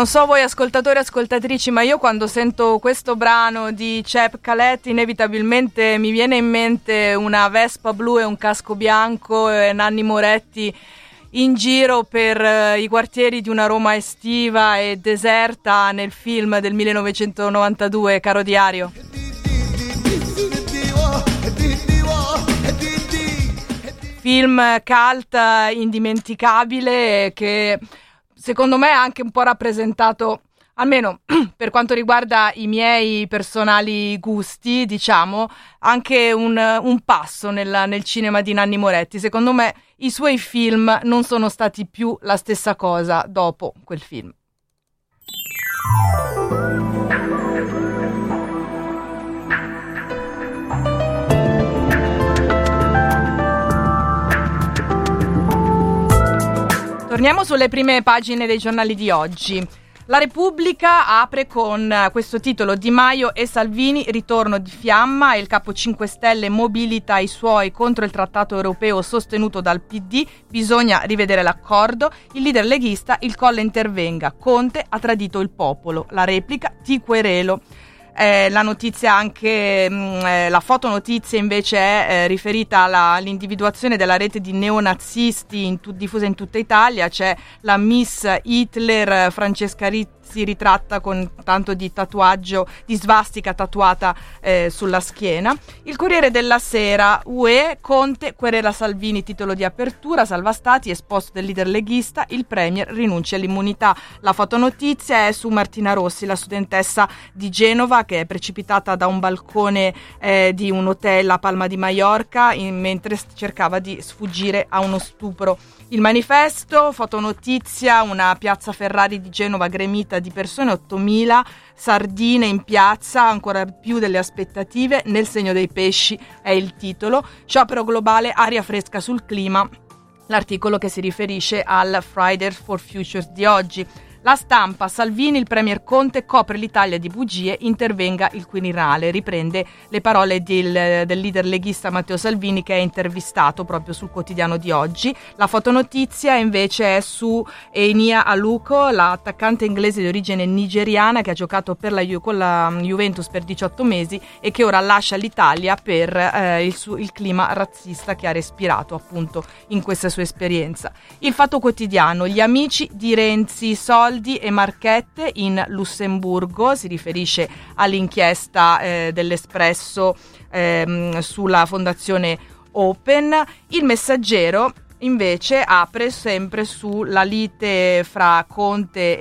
Non so voi ascoltatori e ascoltatrici, ma io quando sento questo brano di Cheb Khaled inevitabilmente mi viene in mente una Vespa blu e un casco bianco e Nanni Moretti in giro per i quartieri di una Roma estiva e deserta nel film del 1992, Caro Diario. Film cult indimenticabile che secondo me ha anche un po' rappresentato, almeno per quanto riguarda i miei personali gusti, diciamo, anche un passo nel cinema di Nanni Moretti. Secondo me i suoi film non sono stati più la stessa cosa dopo quel film. Torniamo sulle prime pagine dei giornali di oggi. La Repubblica apre con questo titolo: Di Maio e Salvini, ritorno di fiamma, e il capo 5 Stelle mobilita i suoi contro il trattato europeo sostenuto dal PD, bisogna rivedere l'accordo, il leader leghista, il Colle intervenga, Conte ha tradito il popolo, la replica, ti querelo. La notizia anche, la fotonotizia invece è riferita all'individuazione della rete di neonazisti diffusa in tutta Italia. C'è la Miss Hitler Francesca Rizzi ritratta con tanto di tatuaggio, di svastica tatuata sulla schiena. Il Corriere della Sera, UE, Conte querela Salvini, titolo di apertura, salva stati, esposto del leader leghista, il premier rinuncia all'immunità. La fotonotizia è su Martina Rossi, la studentessa di Genova che è precipitata da un balcone di un hotel a Palma di Maiorca mentre cercava di sfuggire a uno stupro. Il Manifesto, fotonotizia, una piazza Ferrari di Genova gremita di persone, 8.000 sardine in piazza, ancora più delle aspettative, nel segno dei pesci è il titolo. Sciopero globale, aria fresca sul clima, l'articolo che si riferisce al Fridays for Future di oggi. La Stampa, Salvini, il premier Conte copre l'Italia di bugie, intervenga il Quirinale. Riprende le parole del leader leghista Matteo Salvini, che è intervistato proprio sul quotidiano di oggi. La fotonotizia invece è su Enia Aluko, l'attaccante inglese di origine nigeriana che ha giocato con la Juventus per 18 mesi e che ora lascia l'Italia per il clima razzista che ha respirato appunto in questa sua esperienza. Il Fatto Quotidiano, gli amici di Renzi, soldi e marchette in Lussemburgo, si riferisce all'inchiesta dell'Espresso sulla fondazione Open. Il Messaggero invece apre sempre sulla lite fra Conte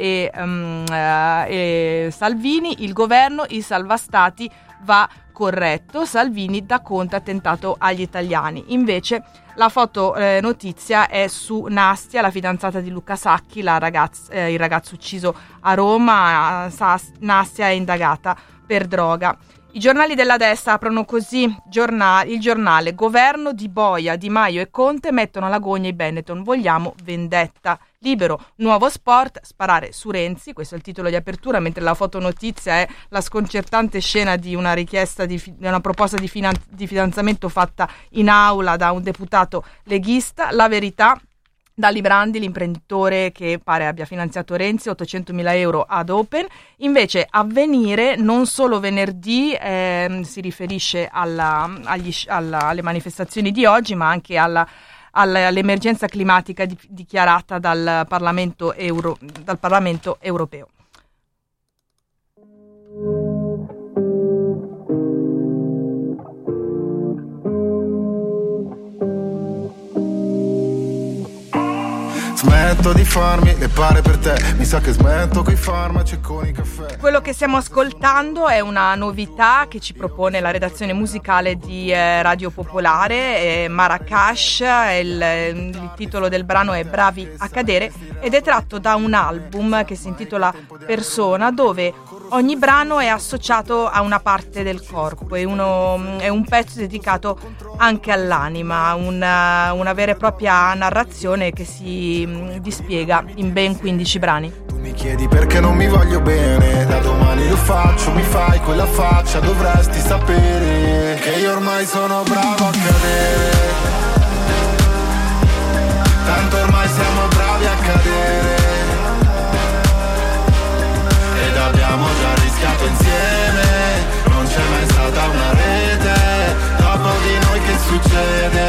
e Salvini, il governo, il salvastati va corretto, Salvini dà Conte attentato agli italiani. Invece la foto notizia è su Nastia, la fidanzata di Luca Sacchi, il ragazzo ucciso a Roma. Nastia è indagata per droga. I giornali della destra aprono così il giornale: governo di Boia, Di Maio e Conte mettono all'agonia i Benetton, vogliamo vendetta. Libero, nuovo sport, sparare su Renzi, questo è il titolo di apertura, mentre la fotonotizia è la sconcertante scena di una richiesta di una proposta di fidanzamento fatta in aula da un deputato leghista. La Verità, Dali Brandi, l'imprenditore che pare abbia finanziato Renzi, 800.000 euro ad Open. Invece Avvenire, non solo venerdì, si riferisce alle manifestazioni di oggi, ma anche all'emergenza climatica dichiarata dal Parlamento europeo. Smetto di farmi le pare per te, mi sa che smetto coi farmaci e con i caffè. Quello che stiamo ascoltando è una novità che ci propone la redazione musicale di Radio Popolare, Marracash, il titolo del brano è Bravi a cadere ed è tratto da un album che si intitola Persona, dove ogni brano è associato a una parte del corpo, è un pezzo dedicato anche all'anima, una vera e propria narrazione che si dispiega in ben 15 brani. Tu mi chiedi perché non mi voglio bene, da domani lo faccio, mi fai quella faccia, dovresti sapere che io ormai sono bravo a cadere, tanto ormai siamo bravi a cadere, succede,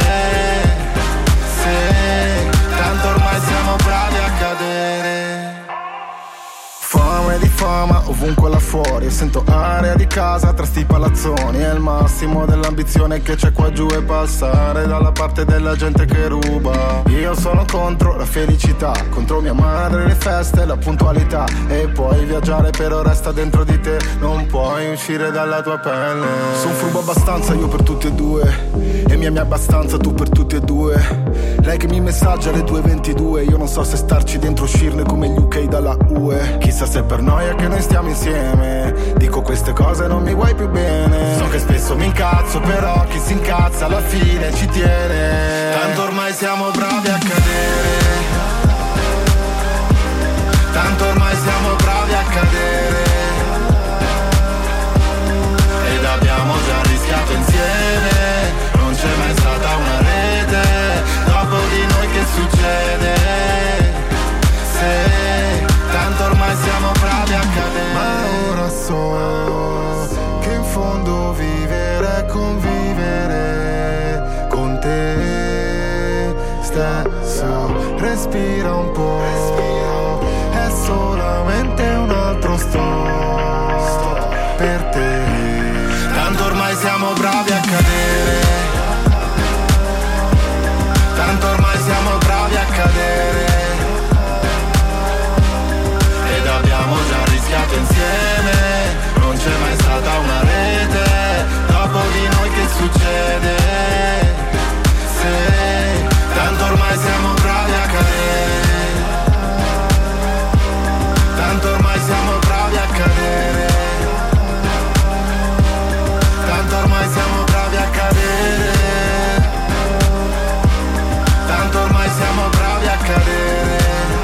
se tanto ormai siamo bravi a cadere. Fame di fama ovunque là fuori, sento aria di casa tra sti palazzoni. È il massimo dell'ambizione che c'è qua giù, e passare dalla parte della gente che ruba. Io sono contro la felicità, contro mia madre, le feste, la puntualità. E puoi viaggiare però resta dentro di te, non puoi uscire dalla tua pelle. Sono furbo abbastanza io per tutti e due, e mia abbastanza tu per tutti e due. Lei che mi messaggia alle 2:22, io non so se starci dentro, uscirne come gli UK dalla UE. Chissà se è per noia che noi stiamo insieme, dico queste cose non mi vuoi più bene. So che spesso mi incazzo, però chi si incazza alla fine ci tiene. Tanto ormai siamo bravi a cadere, tanto ormai siamo bravi a cadere, ed abbiamo già rischiato insieme, non c'è mai stata una rete, dopo di noi che succede, se tanto ormai siamo bravi a cadere. Ma ora so che in fondo vivere è convivere con te stesso. Respira un po', è solamente un altro stop per te. Tanto ormai siamo bravi a cadere, tanto ormai siamo bravi a cadere, ed abbiamo già rischiato insieme, non c'è mai stata una rete, dopo di noi che succede, se tanto ormai siamo bravi a cadere, tanto ormai siamo bravi a cadere, tanto ormai siamo bravi a cadere, tanto ormai siamo bravi a cadere.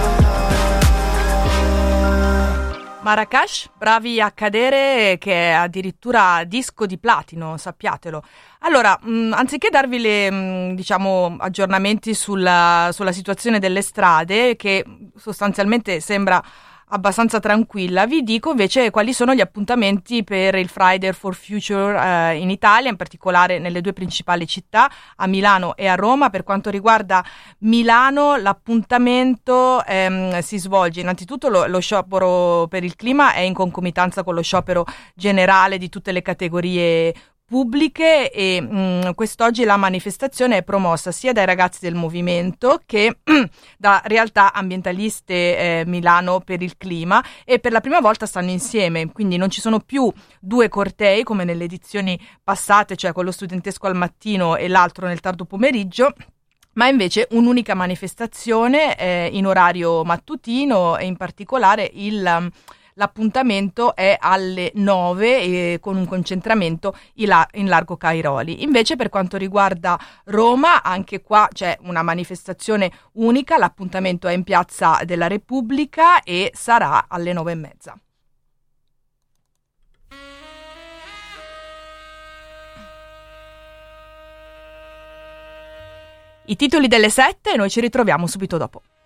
Marracash, bravi a cadere, che è addirittura disco di platino, sappiatelo. Allora, anziché darvi le, aggiornamenti sulla situazione delle strade, che sostanzialmente sembra abbastanza tranquilla, vi dico invece quali sono gli appuntamenti per il Friday for Future in Italia, in particolare nelle due principali città, a Milano e a Roma. Per quanto riguarda Milano, l'appuntamento si svolge innanzitutto lo sciopero per il clima è in concomitanza con lo sciopero generale di tutte le categorie pubbliche, e quest'oggi la manifestazione è promossa sia dai ragazzi del movimento che da realtà ambientaliste Milano per il clima, e per la prima volta stanno insieme, quindi non ci sono più due cortei come nelle edizioni passate, cioè quello studentesco al mattino e l'altro nel tardo pomeriggio, ma invece un'unica manifestazione in orario mattutino, e in particolare l'appuntamento è alle 9 con un concentramento in largo Cairoli. Invece per quanto riguarda Roma, anche qua c'è una manifestazione unica, l'appuntamento è in Piazza della Repubblica e sarà alle 9:30. I titoli delle 7, noi ci ritroviamo subito dopo.